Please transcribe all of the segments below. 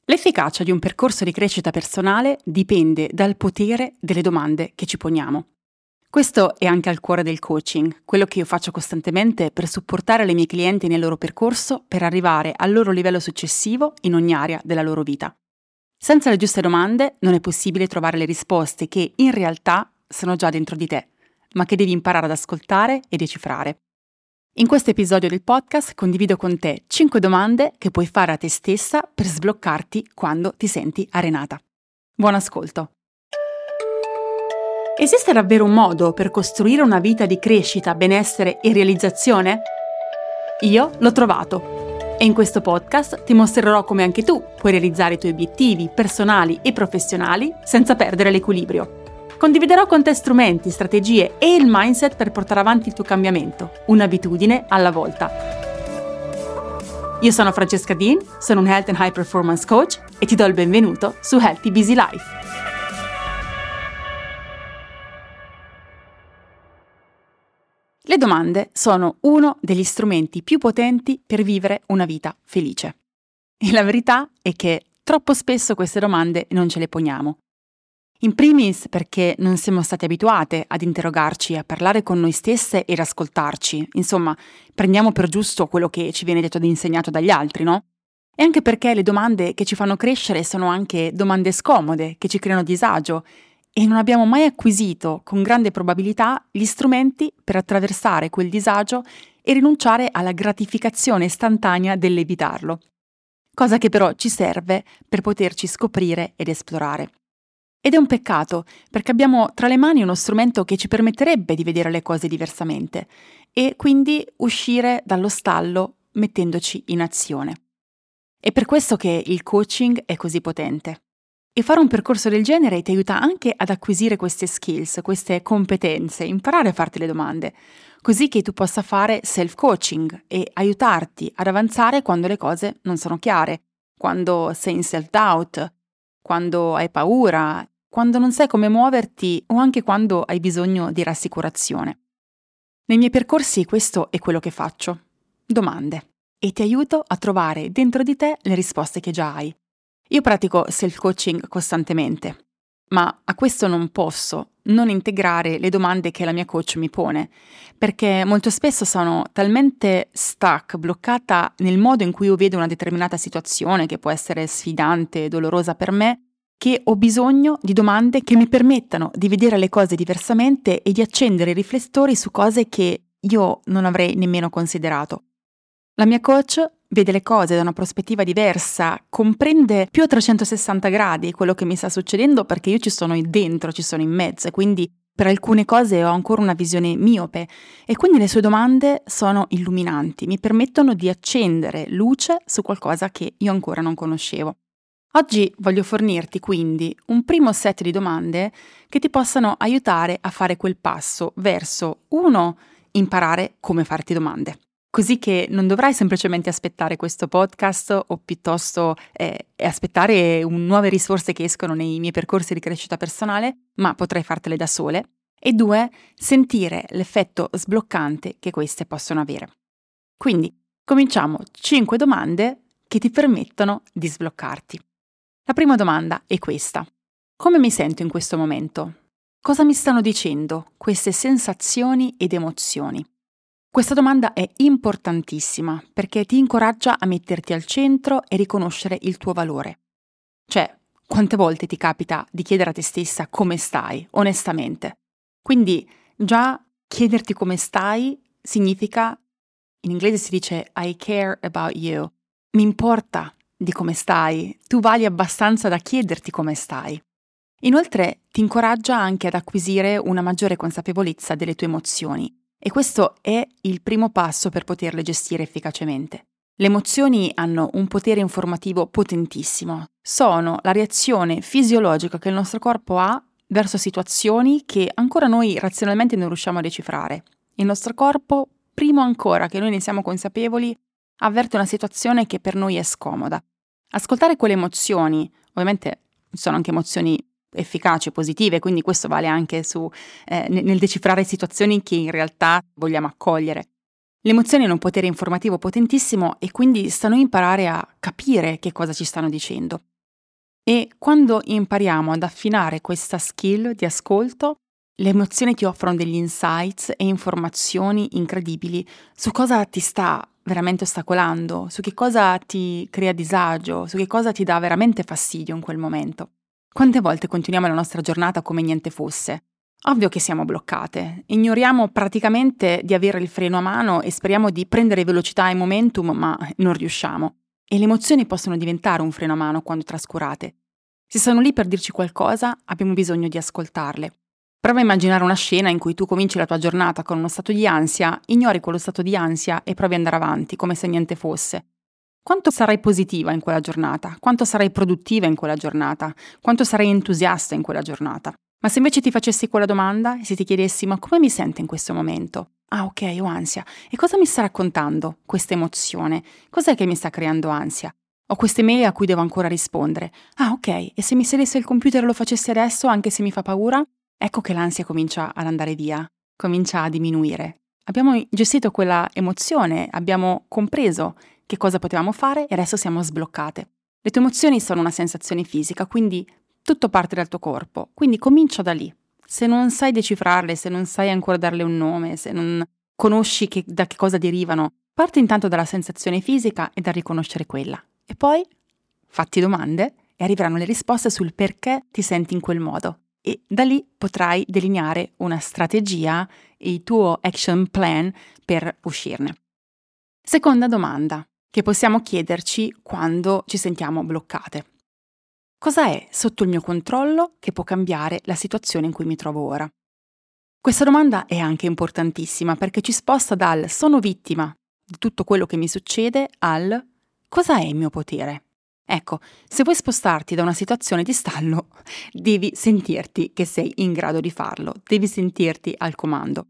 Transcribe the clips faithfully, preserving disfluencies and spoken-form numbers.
L'efficacia di un percorso di crescita personale dipende dal potere delle domande che ci poniamo. Questo è anche al cuore del coaching, quello che io faccio costantemente per supportare le mie clienti nel loro percorso per arrivare al loro livello successivo in ogni area della loro vita. Senza le giuste domande non è possibile trovare le risposte che in realtà sono già dentro di te, ma che devi imparare ad ascoltare e decifrare. In questo episodio del podcast condivido con te cinque domande che puoi fare a te stessa per sbloccarti quando ti senti arenata. Buon ascolto! Esiste davvero un modo per costruire una vita di crescita, benessere e realizzazione? Io l'ho trovato e in questo podcast ti mostrerò come anche tu puoi realizzare i tuoi obiettivi personali e professionali senza perdere l'equilibrio. Condividerò con te strumenti, strategie e il mindset per portare avanti il tuo cambiamento, un'abitudine alla volta. Io sono Francesca Dean, sono un Health and High Performance Coach e ti do il benvenuto su Healthy Busy Life. Le domande sono uno degli strumenti più potenti per vivere una vita felice. E la verità è che troppo spesso queste domande non ce le poniamo. In primis perché non siamo state abituate ad interrogarci, a parlare con noi stesse ed ascoltarci. Insomma, prendiamo per giusto quello che ci viene detto ed insegnato dagli altri, no? E anche perché le domande che ci fanno crescere sono anche domande scomode, che ci creano disagio, e non abbiamo mai acquisito con grande probabilità gli strumenti per attraversare quel disagio e rinunciare alla gratificazione istantanea dell'evitarlo. Cosa che però ci serve per poterci scoprire ed esplorare. Ed è un peccato, perché abbiamo tra le mani uno strumento che ci permetterebbe di vedere le cose diversamente e quindi uscire dallo stallo mettendoci in azione. È per questo che il coaching è così potente. E fare un percorso del genere ti aiuta anche ad acquisire queste skills, queste competenze, imparare a farti le domande, così che tu possa fare self-coaching e aiutarti ad avanzare quando le cose non sono chiare, quando sei in self-doubt, quando hai paura, quando non sai come muoverti o anche quando hai bisogno di rassicurazione. Nei miei percorsi questo è quello che faccio. Domande. E ti aiuto a trovare dentro di te le risposte che già hai. Io pratico self-coaching costantemente, ma a questo non posso non integrare le domande che la mia coach mi pone, perché molto spesso sono talmente stuck, bloccata nel modo in cui io vedo una determinata situazione, che può essere sfidante e dolorosa per me, che ho bisogno di domande che mi permettano di vedere le cose diversamente e di accendere i riflettori su cose che io non avrei nemmeno considerato. La mia coach vede le cose da una prospettiva diversa, comprende più a trecentosessanta gradi quello che mi sta succedendo perché io ci sono dentro, ci sono in mezzo e quindi per alcune cose ho ancora una visione miope e quindi le sue domande sono illuminanti, mi permettono di accendere luce su qualcosa che io ancora non conoscevo. Oggi voglio fornirti quindi un primo set di domande che ti possano aiutare a fare quel passo verso uno, imparare come farti domande. Così che non dovrai semplicemente aspettare questo podcast o piuttosto eh, aspettare un, nuove risorse che escono nei miei percorsi di crescita personale, ma potrai fartele da sole. E due, sentire l'effetto sbloccante che queste possono avere. Quindi, cominciamo cinque domande che ti permettono di sbloccarti. La prima domanda è questa. Come mi sento in questo momento? Cosa mi stanno dicendo queste sensazioni ed emozioni? Questa domanda è importantissima perché ti incoraggia a metterti al centro e riconoscere il tuo valore. Cioè, quante volte ti capita di chiedere a te stessa come stai, onestamente? Quindi già chiederti come stai significa, in inglese si dice I care about you, mi importa di come stai, tu vali abbastanza da chiederti come stai. Inoltre ti incoraggia anche ad acquisire una maggiore consapevolezza delle tue emozioni. E questo è il primo passo per poterle gestire efficacemente. Le emozioni hanno un potere informativo potentissimo. Sono la reazione fisiologica che il nostro corpo ha verso situazioni che ancora noi razionalmente non riusciamo a decifrare. Il nostro corpo, prima ancora che noi ne siamo consapevoli, avverte una situazione che per noi è scomoda. Ascoltare quelle emozioni, ovviamente sono anche emozioni efficaci, positive, quindi questo vale anche su eh, nel decifrare situazioni che in realtà vogliamo accogliere. Le emozioni hanno un potere informativo potentissimo e quindi sta a noi imparare a capire che cosa ci stanno dicendo. E quando impariamo ad affinare questa skill di ascolto, le emozioni ti offrono degli insights e informazioni incredibili su cosa ti sta veramente ostacolando, su che cosa ti crea disagio, su che cosa ti dà veramente fastidio in quel momento. Quante volte continuiamo la nostra giornata come niente fosse? Ovvio che siamo bloccate, ignoriamo praticamente di avere il freno a mano e speriamo di prendere velocità e momentum, ma non riusciamo. E le emozioni possono diventare un freno a mano quando trascurate. Se sono lì per dirci qualcosa, abbiamo bisogno di ascoltarle. Prova a immaginare una scena in cui tu cominci la tua giornata con uno stato di ansia, ignori quello stato di ansia e provi ad andare avanti come se niente fosse. Quanto sarai positiva in quella giornata? Quanto sarai produttiva in quella giornata? Quanto sarai entusiasta in quella giornata? Ma se invece ti facessi quella domanda e se ti chiedessi ma come mi sento in questo momento? Ah, ok, ho ansia. E cosa mi sta raccontando questa emozione? Cos'è che mi sta creando ansia? Ho queste mail a cui devo ancora rispondere. Ah, ok, e se mi sedesse il computer e lo facessi adesso anche se mi fa paura? Ecco che l'ansia comincia ad andare via, comincia a diminuire. Abbiamo gestito quella emozione, abbiamo compreso che cosa potevamo fare e adesso siamo sbloccate. Le tue emozioni sono una sensazione fisica, quindi tutto parte dal tuo corpo, quindi comincia da lì. Se non sai decifrarle, se non sai ancora darle un nome, se non conosci che, da che cosa derivano, parti intanto dalla sensazione fisica e da riconoscere quella. E poi fatti domande e arriveranno le risposte sul perché ti senti in quel modo. E da lì potrai delineare una strategia e il tuo action plan per uscirne. Seconda domanda che possiamo chiederci quando ci sentiamo bloccate. Cosa è sotto il mio controllo che può cambiare la situazione in cui mi trovo ora? Questa domanda è anche importantissima perché ci sposta dal sono vittima di tutto quello che mi succede al cosa è il mio potere? Ecco, se vuoi spostarti da una situazione di stallo, devi sentirti che sei in grado di farlo, devi sentirti al comando.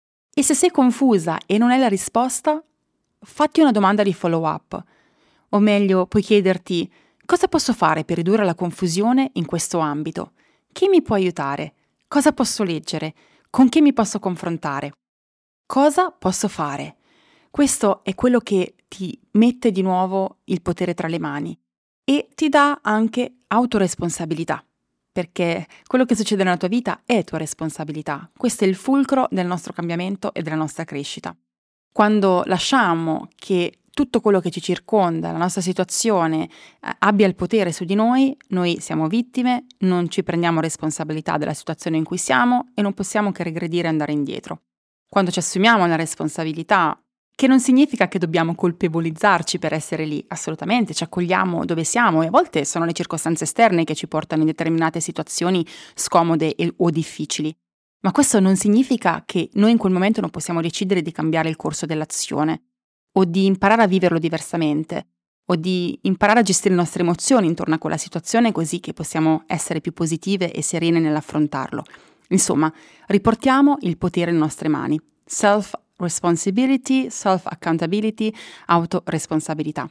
E se sei confusa e non hai la risposta, fatti una domanda di follow-up. O meglio, puoi chiederti cosa posso fare per ridurre la confusione in questo ambito? Chi mi può aiutare? Cosa posso leggere? Con chi mi posso confrontare? Cosa posso fare? Questo è quello che ti mette di nuovo il potere tra le mani. E ti dà anche autoresponsabilità, perché quello che succede nella tua vita è tua responsabilità. Questo è il fulcro del nostro cambiamento e della nostra crescita. Quando lasciamo che tutto quello che ci circonda, la nostra situazione, eh, abbia il potere su di noi, noi siamo vittime, non ci prendiamo responsabilità della situazione in cui siamo e non possiamo che regredire e andare indietro. Quando ci assumiamo la responsabilità, che non significa che dobbiamo colpevolizzarci per essere lì, assolutamente, ci accogliamo dove siamo e a volte sono le circostanze esterne che ci portano in determinate situazioni scomode e, o difficili. Ma questo non significa che noi in quel momento non possiamo decidere di cambiare il corso dell'azione o di imparare a viverlo diversamente o di imparare a gestire le nostre emozioni intorno a quella situazione così che possiamo essere più positive e serene nell'affrontarlo. Insomma, riportiamo il potere nelle nostre mani. Self responsibility, self-accountability, autoresponsabilità.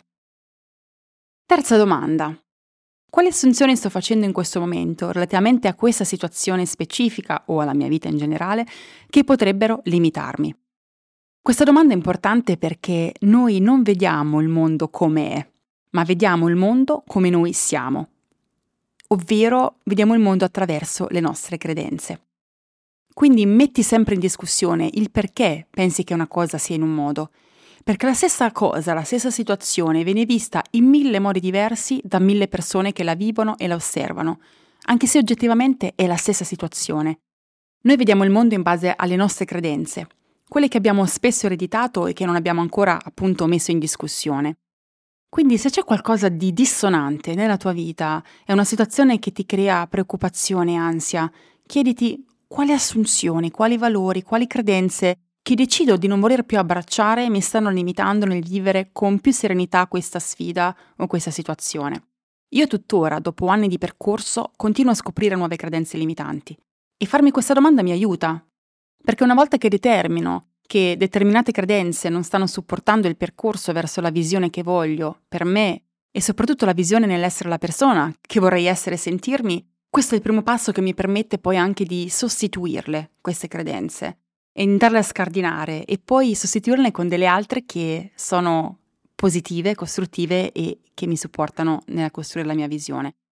Terza domanda. Quali assunzioni sto facendo in questo momento relativamente a questa situazione specifica o alla mia vita in generale che potrebbero limitarmi? Questa domanda è importante perché noi non vediamo il mondo come è, ma vediamo il mondo come noi siamo, ovvero vediamo il mondo attraverso le nostre credenze. Quindi metti sempre in discussione il perché pensi che una cosa sia in un modo, perché la stessa cosa, la stessa situazione viene vista in mille modi diversi da mille persone che la vivono e la osservano, anche se oggettivamente è la stessa situazione. Noi vediamo il mondo in base alle nostre credenze, quelle che abbiamo spesso ereditato e che non abbiamo ancora appunto messo in discussione. Quindi se c'è qualcosa di dissonante nella tua vita, è una situazione che ti crea preoccupazione e ansia, chiediti quali assunzioni, quali valori, quali credenze che decido di non voler più abbracciare mi stanno limitando nel vivere con più serenità questa sfida o questa situazione. Io tuttora, dopo anni di percorso, continuo a scoprire nuove credenze limitanti. E farmi questa domanda mi aiuta, perché una volta che determino che determinate credenze non stanno supportando il percorso verso la visione che voglio per me e soprattutto la visione nell'essere la persona che vorrei essere e sentirmi, questo è il primo passo che mi permette poi anche di sostituirle, queste credenze, e andarle a scardinare e poi sostituirle con delle altre che sono positive, costruttive e che mi supportano nella costruire la mia visione.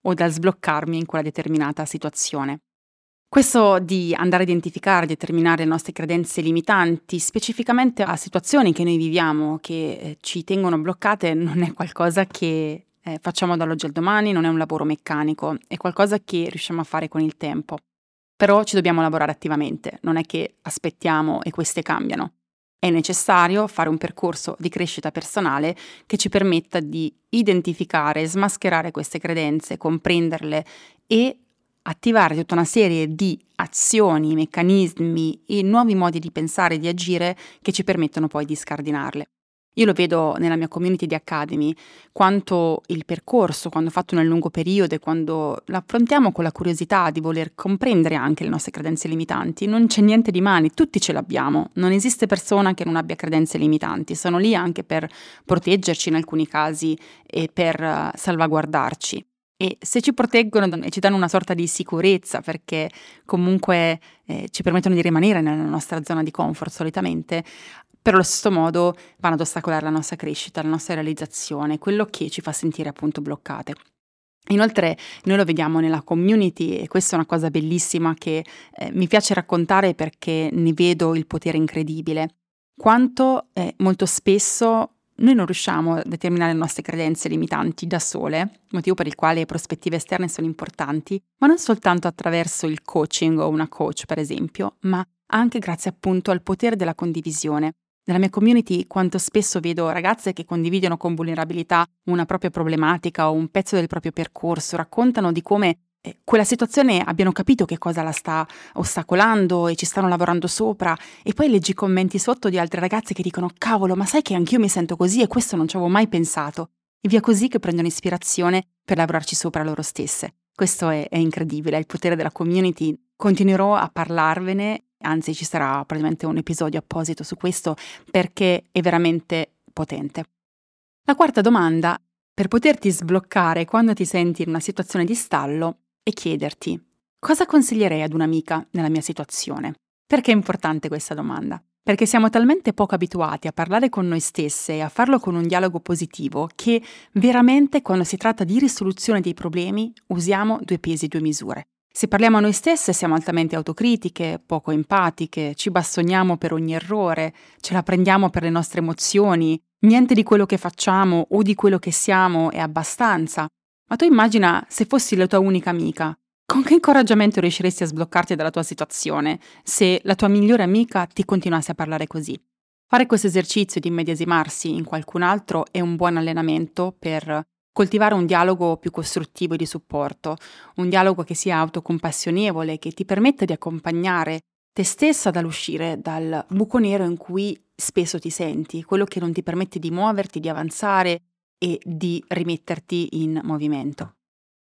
o dal sbloccarmi in quella determinata situazione. Questo di andare a identificare, determinare le nostre credenze limitanti, specificamente a situazioni che noi viviamo, che eh, ci tengono bloccate, non è qualcosa che eh, facciamo dall'oggi al domani, non è un lavoro meccanico, è qualcosa che riusciamo a fare con il tempo. Però ci dobbiamo lavorare attivamente, non è che aspettiamo e queste cambiano. È necessario fare un percorso di crescita personale che ci permetta di identificare, smascherare queste credenze, comprenderle e attivare tutta una serie di azioni, meccanismi e nuovi modi di pensare e di agire che ci permettono poi di scardinarle. Io lo vedo nella mia community di Academy, quanto il percorso, quando fatto nel lungo periodo e quando l'affrontiamo con la curiosità di voler comprendere anche le nostre credenze limitanti, non c'è niente di male, tutti ce l'abbiamo, non esiste persona che non abbia credenze limitanti, sono lì anche per proteggerci in alcuni casi e per uh, salvaguardarci. E se ci proteggono e ci danno una sorta di sicurezza, perché comunque eh, ci permettono di rimanere nella nostra zona di comfort solitamente, per lo stesso modo vanno ad ostacolare la nostra crescita, la nostra realizzazione, quello che ci fa sentire appunto bloccate. Inoltre noi lo vediamo nella community e questa è una cosa bellissima che eh, mi piace raccontare perché ne vedo il potere incredibile. Quanto eh, molto spesso noi non riusciamo a determinare le nostre credenze limitanti da sole, motivo per il quale prospettive esterne sono importanti, ma non soltanto attraverso il coaching o una coach per esempio, ma anche grazie appunto al potere della condivisione. Nella mia community quanto spesso vedo ragazze che condividono con vulnerabilità una propria problematica o un pezzo del proprio percorso, raccontano di come eh, quella situazione abbiano capito che cosa la sta ostacolando e ci stanno lavorando sopra e poi leggi commenti sotto di altre ragazze che dicono cavolo ma sai che anch'io mi sento così e questo non ci avevo mai pensato e via così che prendono ispirazione per lavorarci sopra loro stesse. Questo è, è incredibile, è il potere della community, continuerò a parlarvene. Anzi, ci sarà probabilmente un episodio apposito su questo perché è veramente potente. La quarta domanda, per poterti sbloccare quando ti senti in una situazione di stallo, è chiederti cosa consiglierei ad un'amica nella mia situazione? Perché è importante questa domanda? Perché siamo talmente poco abituati a parlare con noi stesse e a farlo con un dialogo positivo che veramente quando si tratta di risoluzione dei problemi usiamo due pesi e due misure. Se parliamo a noi stesse siamo altamente autocritiche, poco empatiche, ci bastoniamo per ogni errore, ce la prendiamo per le nostre emozioni, niente di quello che facciamo o di quello che siamo è abbastanza. Ma tu immagina se fossi la tua unica amica, con che incoraggiamento riusciresti a sbloccarti dalla tua situazione se la tua migliore amica ti continuasse a parlare così? Fare questo esercizio di immedesimarsi in qualcun altro è un buon allenamento per coltivare un dialogo più costruttivo e di supporto, un dialogo che sia autocompassionevole, che ti permetta di accompagnare te stessa dall'uscire dal buco nero in cui spesso ti senti, quello che non ti permette di muoverti, di avanzare e di rimetterti in movimento.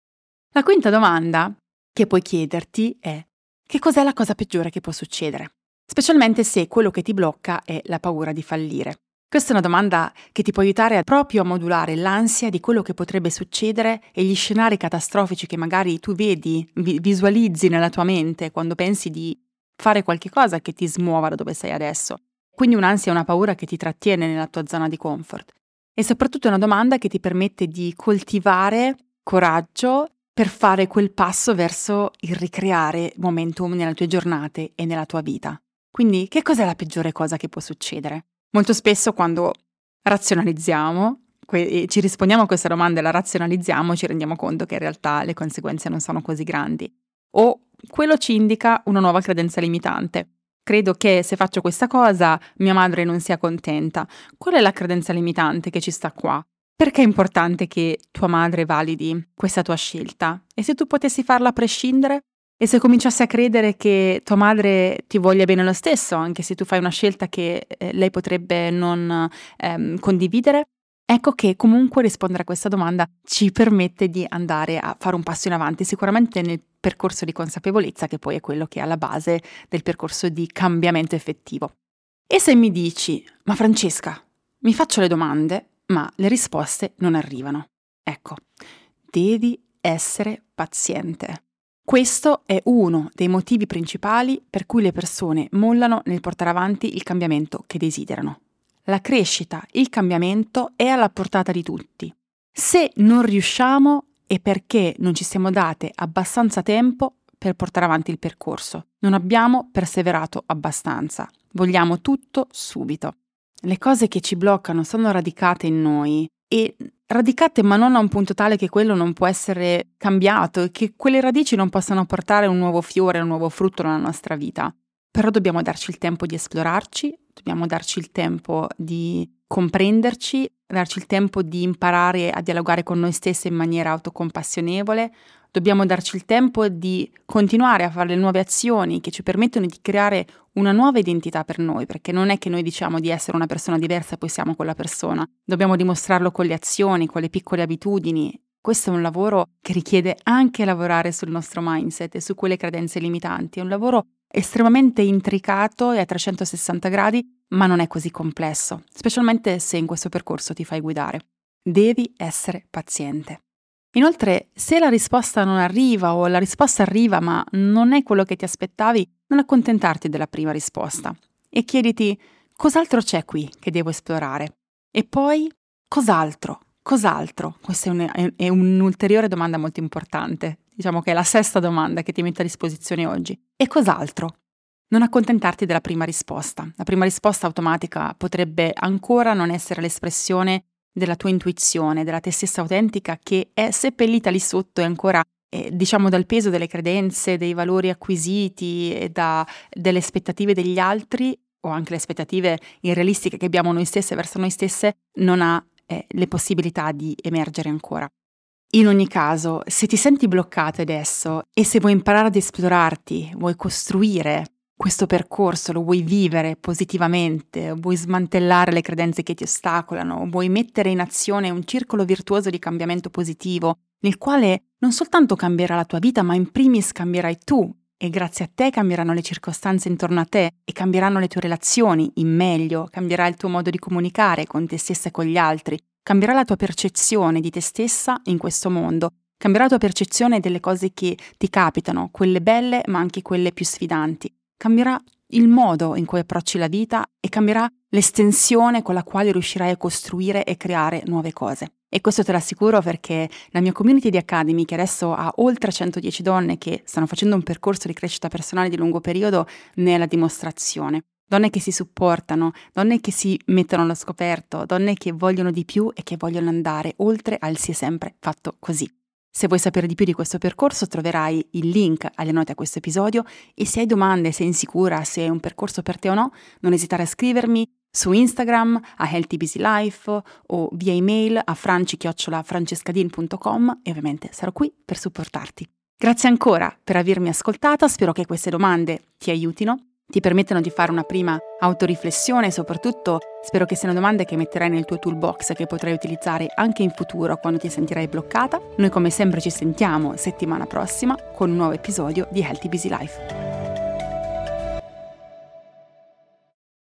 La quinta domanda che puoi chiederti è: che cos'è la cosa peggiore che può succedere? Specialmente se quello che ti blocca è la paura di fallire. Questa è una domanda che ti può aiutare proprio a modulare l'ansia di quello che potrebbe succedere e gli scenari catastrofici che magari tu vedi, vi- visualizzi nella tua mente quando pensi di fare qualche cosa che ti smuova da dove sei adesso. Quindi un'ansia è una paura che ti trattiene nella tua zona di comfort. E soprattutto è una domanda che ti permette di coltivare coraggio per fare quel passo verso il ricreare momentum nelle tue giornate e nella tua vita. Quindi che cos'è la peggiore cosa che può succedere? Molto spesso quando razionalizziamo e ci rispondiamo a questa domanda e la razionalizziamo, ci rendiamo conto che in realtà le conseguenze non sono così grandi. O quello ci indica una nuova credenza limitante. Credo che se faccio questa cosa mia madre non sia contenta. Qual è la credenza limitante che ci sta qua? Perché è importante che tua madre validi questa tua scelta? E se tu potessi farla a prescindere? E se cominciassi a credere che tua madre ti voglia bene lo stesso, anche se tu fai una scelta che eh, lei potrebbe non ehm, condividere? Ecco che comunque rispondere a questa domanda ci permette di andare a fare un passo in avanti, sicuramente nel percorso di consapevolezza che poi è quello che è alla base del percorso di cambiamento effettivo. E se mi dici, ma Francesca, mi faccio le domande, ma le risposte non arrivano. Ecco, devi essere paziente. Questo è uno dei motivi principali per cui le persone mollano nel portare avanti il cambiamento che desiderano. La crescita, il cambiamento è alla portata di tutti. Se non riusciamo è perché non ci siamo date abbastanza tempo per portare avanti il percorso. Non abbiamo perseverato abbastanza. Vogliamo tutto subito. Le cose che ci bloccano sono radicate in noi e radicate ma non a un punto tale che quello non può essere cambiato e che quelle radici non possano portare un nuovo fiore, un nuovo frutto nella nostra vita. Però dobbiamo darci il tempo di esplorarci, dobbiamo darci il tempo di comprenderci, darci il tempo di imparare a dialogare con noi stessi in maniera autocompassionevole, dobbiamo darci il tempo di continuare a fare le nuove azioni che ci permettono di creare una nuova identità per noi, perché non è che noi diciamo di essere una persona diversa e poi siamo quella persona, dobbiamo dimostrarlo con le azioni, con le piccole abitudini. Questo è un lavoro che richiede anche lavorare sul nostro mindset e su quelle credenze limitanti, è un lavoro estremamente intricato e a trecentosessanta gradi, ma non è così complesso, specialmente se in questo percorso ti fai guidare. Devi essere paziente. Inoltre, se la risposta non arriva o la risposta arriva ma non è quello che ti aspettavi, non accontentarti della prima risposta e chiediti cos'altro c'è qui che devo esplorare. E poi cos'altro? Cos'altro? Questa è, un, è, è un'ulteriore domanda molto importante. Diciamo che è la sesta domanda che ti metto a disposizione oggi. E cos'altro? Non accontentarti della prima risposta. La prima risposta automatica potrebbe ancora non essere l'espressione della tua intuizione, della te stessa autentica che è seppellita lì sotto e ancora, eh, diciamo, dal peso delle credenze, dei valori acquisiti e da, delle aspettative degli altri o anche le aspettative irrealistiche che abbiamo noi stesse verso noi stesse, non ha eh, le possibilità di emergere ancora. In ogni caso, se ti senti bloccato adesso e se vuoi imparare ad esplorarti, vuoi costruire questo percorso, lo vuoi vivere positivamente, vuoi smantellare le credenze che ti ostacolano, vuoi mettere in azione un circolo virtuoso di cambiamento positivo, nel quale non soltanto cambierà la tua vita, ma in primis cambierai tu e grazie a te cambieranno le circostanze intorno a te e cambieranno le tue relazioni in meglio, cambierà il tuo modo di comunicare con te stessa e con gli altri, cambierà la tua percezione di te stessa in questo mondo, cambierà la tua percezione delle cose che ti capitano, quelle belle ma anche quelle più sfidanti. Cambierà il modo in cui approcci la vita e cambierà l'estensione con la quale riuscirai a costruire e creare nuove cose. E questo te l'assicuro perché la mia community di Academy, che adesso ha oltre centodieci donne che stanno facendo un percorso di crescita personale di lungo periodo, ne è la dimostrazione. Donne che si supportano, donne che si mettono allo scoperto, donne che vogliono di più e che vogliono andare oltre al si è sempre fatto così. Se vuoi sapere di più di questo percorso troverai il link alle note a questo episodio e se hai domande, sei insicura se è un percorso per te o no, non esitare a scrivermi su Instagram a Healthy Busy Life o via email a franci chiocciola francescadin punto com e ovviamente sarò qui per supportarti. Grazie ancora per avermi ascoltata, spero che queste domande ti aiutino, ti permettano di fare una prima autoriflessione e soprattutto spero che siano domande che metterai nel tuo toolbox che potrai utilizzare anche in futuro quando ti sentirai bloccata. Noi come sempre ci sentiamo settimana prossima con un nuovo episodio di Healthy Busy Life.